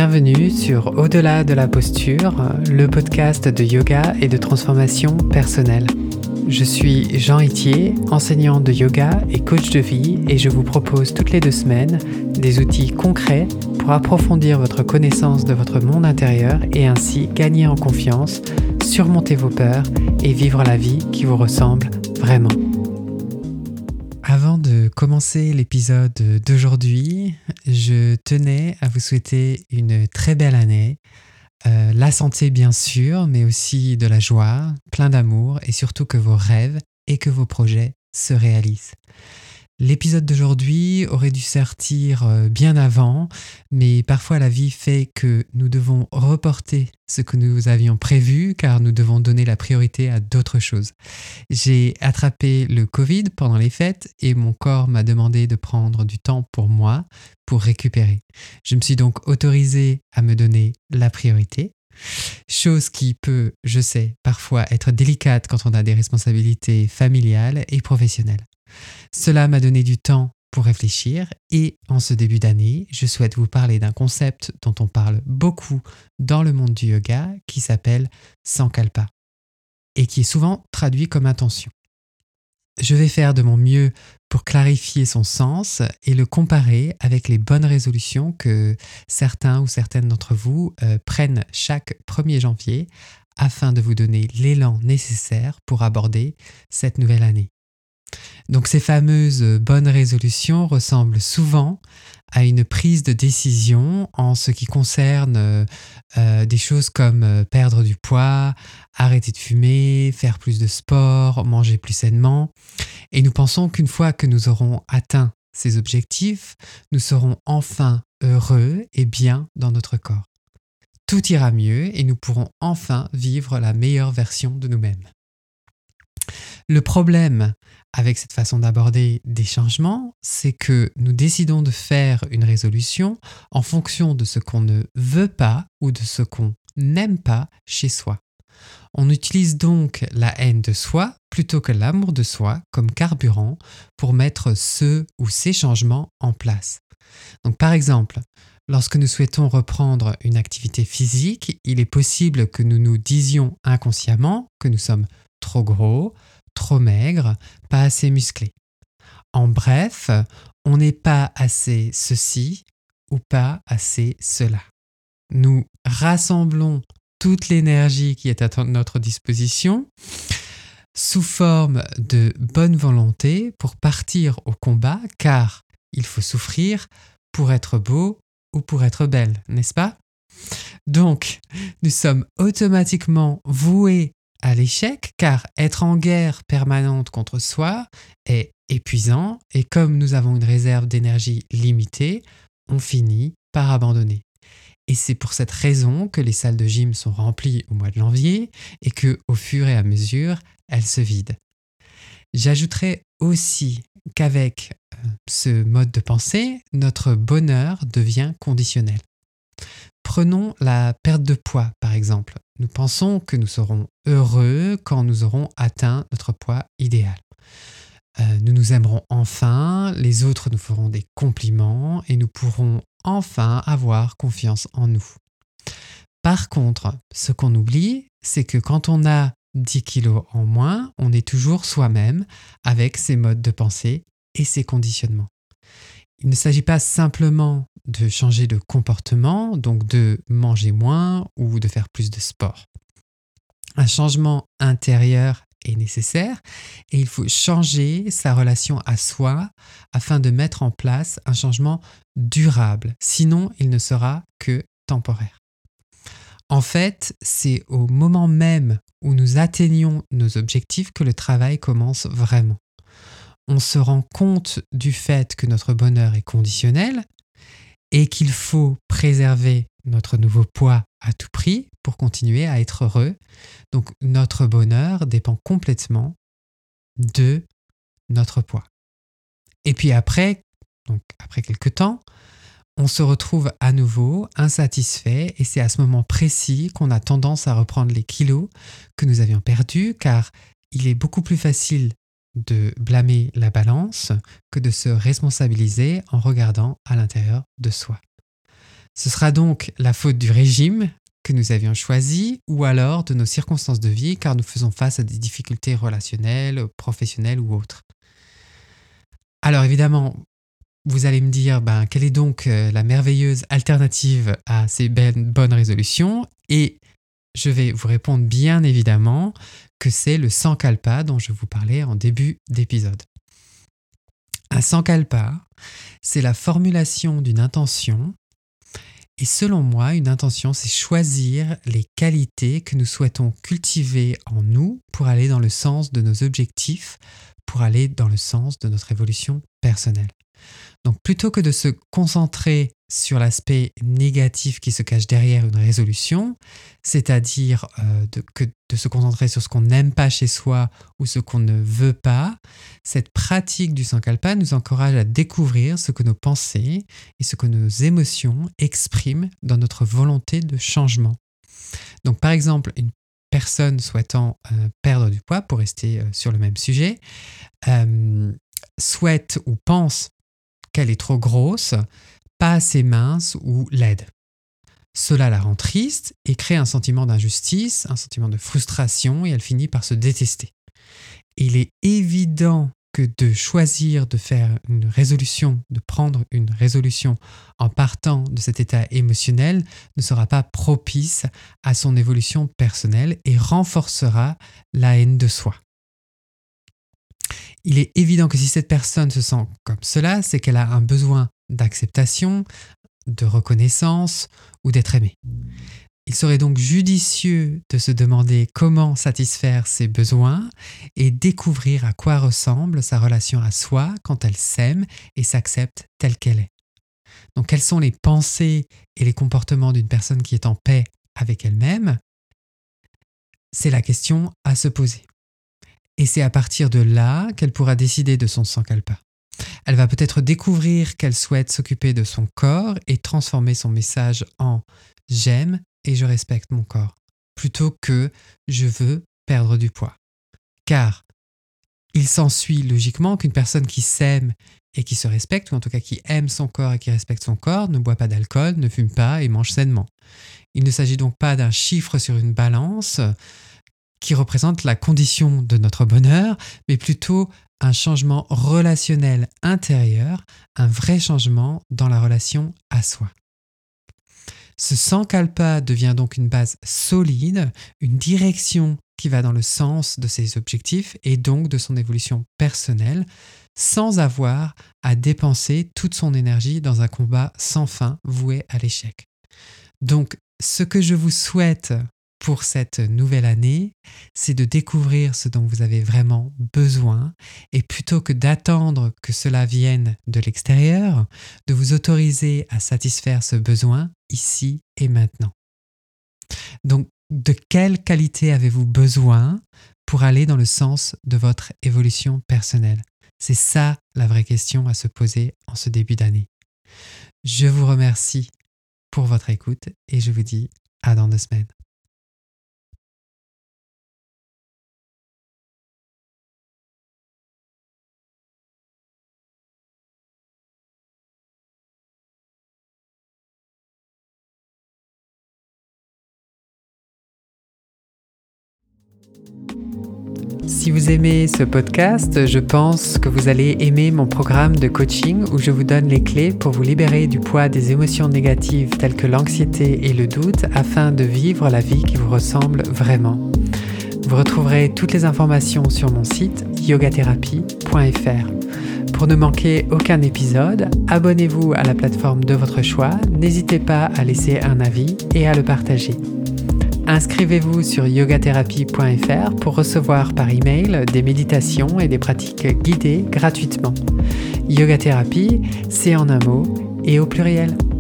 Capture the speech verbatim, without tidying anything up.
Bienvenue sur Au-delà de la posture, le podcast de yoga et de transformation personnelle. Je suis Jean Itier, enseignant de yoga et coach de vie, et je vous propose toutes les deux semaines des outils concrets pour approfondir votre connaissance de votre monde intérieur et ainsi gagner en confiance, surmonter vos peurs et vivre la vie qui vous ressemble vraiment. Avant de commencer l'épisode d'aujourd'hui, je tenais à vous souhaiter une très belle année, euh, la santé bien sûr, mais aussi de la joie, plein d'amour et surtout que vos rêves et que vos projets se réalisent. L'épisode d'aujourd'hui aurait dû sortir bien avant, mais parfois la vie fait que nous devons reporter ce que nous avions prévu car nous devons donner la priorité à d'autres choses. J'ai attrapé le Covid pendant les fêtes et mon corps m'a demandé de prendre du temps pour moi, pour récupérer. Je me suis donc autorisé à me donner la priorité. Chose qui peut, je sais, parfois être délicate quand on a des responsabilités familiales et professionnelles. Cela m'a donné du temps pour réfléchir et en ce début d'année, je souhaite vous parler d'un concept dont on parle beaucoup dans le monde du yoga qui s'appelle Sankalpa et qui est souvent traduit comme intention. Je vais faire de mon mieux pour clarifier son sens et le comparer avec les bonnes résolutions que certains ou certaines d'entre vous euh, prennent chaque premier janvier afin de vous donner l'élan nécessaire pour aborder cette nouvelle année. Donc ces fameuses bonnes résolutions ressemblent souvent à une prise de décision en ce qui concerne euh, euh, des choses comme euh, perdre du poids, arrêter de fumer, faire plus de sport, manger plus sainement. Et nous pensons qu'une fois que nous aurons atteint ces objectifs, nous serons enfin heureux et bien dans notre corps. Tout ira mieux et nous pourrons enfin vivre la meilleure version de nous-mêmes. Le problème avec cette façon d'aborder des changements, c'est que nous décidons de faire une résolution en fonction de ce qu'on ne veut pas ou de ce qu'on n'aime pas chez soi. On utilise donc la haine de soi plutôt que l'amour de soi comme carburant pour mettre ce ou ces changements en place. Donc par exemple, lorsque nous souhaitons reprendre une activité physique, il est possible que nous nous disions inconsciemment que nous sommes trop gros, trop maigre, pas assez musclé. En bref, on n'est pas assez ceci ou pas assez cela. Nous rassemblons toute l'énergie qui est à notre disposition sous forme de bonne volonté pour partir au combat car il faut souffrir pour être beau ou pour être belle, n'est-ce pas? Donc, nous sommes automatiquement voués à l'échec car être en guerre permanente contre soi est épuisant et comme nous avons une réserve d'énergie limitée, on finit par abandonner. Et c'est pour cette raison que les salles de gym sont remplies au mois de janvier et que, au fur et à mesure, elles se vident. J'ajouterai aussi qu'avec ce mode de pensée, notre bonheur devient conditionnel. Prenons la perte de poids, par exemple. Nous pensons que nous serons heureux quand nous aurons atteint notre poids idéal. Euh, nous nous aimerons enfin, les autres nous feront des compliments et nous pourrons enfin avoir confiance en nous. Par contre, ce qu'on oublie, c'est que quand on a dix kilos en moins, on est toujours soi-même avec ses modes de pensée et ses conditionnements. Il ne s'agit pas simplement de changer de comportement, donc de manger moins ou de faire plus de sport. Un changement intérieur est nécessaire et il faut changer sa relation à soi afin de mettre en place un changement durable, sinon il ne sera que temporaire. En fait, c'est au moment même où nous atteignons nos objectifs que le travail commence vraiment. On se rend compte du fait que notre bonheur est conditionnel et qu'il faut préserver notre nouveau poids à tout prix pour continuer à être heureux. Donc notre bonheur dépend complètement de notre poids. Et puis après, donc après quelques temps, on se retrouve à nouveau insatisfait et c'est à ce moment précis qu'on a tendance à reprendre les kilos que nous avions perdus car il est beaucoup plus facile de blâmer la balance que de se responsabiliser en regardant à l'intérieur de soi. Ce sera donc la faute du régime que nous avions choisi ou alors de nos circonstances de vie car nous faisons face à des difficultés relationnelles, professionnelles ou autres. Alors évidemment, vous allez me dire ben, quelle est donc la merveilleuse alternative à ces bonnes résolutions et je vais vous répondre bien évidemment que c'est le Sankalpa dont je vous parlais en début d'épisode. Un Sankalpa, c'est la formulation d'une intention et selon moi, une intention, c'est choisir les qualités que nous souhaitons cultiver en nous pour aller dans le sens de nos objectifs, pour aller dans le sens de notre évolution personnelle. Donc plutôt que de se concentrer sur l'aspect négatif qui se cache derrière une résolution, c'est-à-dire euh, de, que de se concentrer sur ce qu'on n'aime pas chez soi ou ce qu'on ne veut pas, cette pratique du Sankalpa nous encourage à découvrir ce que nos pensées et ce que nos émotions expriment dans notre volonté de changement. Donc par exemple, une personne souhaitant euh, perdre du poids, pour rester euh, sur le même sujet, euh, souhaite ou pense qu'elle est trop grosse, pas assez mince ou laide. Cela la rend triste et crée un sentiment d'injustice, un sentiment de frustration et elle finit par se détester. Et il est évident que de choisir de faire une résolution, de prendre une résolution en partant de cet état émotionnel ne sera pas propice à son évolution personnelle et renforcera la haine de soi. Il est évident que si cette personne se sent comme cela, c'est qu'elle a un besoin d'acceptation, de reconnaissance ou d'être aimée. Il serait donc judicieux de se demander comment satisfaire ses besoins et découvrir à quoi ressemble sa relation à soi quand elle s'aime et s'accepte telle qu'elle est. Donc quelles sont les pensées et les comportements d'une personne qui est en paix avec elle-même ? C'est la question à se poser. Et c'est à partir de là qu'elle pourra décider de son Sankalpa. Elle va peut-être découvrir qu'elle souhaite s'occuper de son corps et transformer son message en « j'aime et je respecte mon corps » plutôt que « je veux perdre du poids ». Car il s'ensuit logiquement qu'une personne qui s'aime et qui se respecte, ou en tout cas qui aime son corps et qui respecte son corps, ne boit pas d'alcool, ne fume pas et mange sainement. Il ne s'agit donc pas d'un chiffre sur une balance qui représente la condition de notre bonheur, mais plutôt un changement relationnel intérieur, un vrai changement dans la relation à soi. Ce Sankalpa devient donc une base solide, une direction qui va dans le sens de ses objectifs et donc de son évolution personnelle, sans avoir à dépenser toute son énergie dans un combat sans fin voué à l'échec. Donc, ce que je vous souhaite pour cette nouvelle année, c'est de découvrir ce dont vous avez vraiment besoin et plutôt que d'attendre que cela vienne de l'extérieur, de vous autoriser à satisfaire ce besoin ici et maintenant. Donc, de quelle qualité avez-vous besoin pour aller dans le sens de votre évolution personnelle ? C'est ça la vraie question à se poser en ce début d'année. Je vous remercie pour votre écoute et je vous dis à dans deux semaines. Si vous aimez ce podcast, je pense que vous allez aimer mon programme de coaching où je vous donne les clés pour vous libérer du poids des émotions négatives telles que l'anxiété et le doute afin de vivre la vie qui vous ressemble vraiment. Vous retrouverez toutes les informations sur mon site yogatherapie point f r. Pour ne manquer aucun épisode, abonnez-vous à la plateforme de votre choix, n'hésitez pas à laisser un avis et à le partager. Inscrivez-vous sur yogatherapie point f r pour recevoir par email des méditations et des pratiques guidées gratuitement. Yoga Thérapie, c'est en un mot et au pluriel.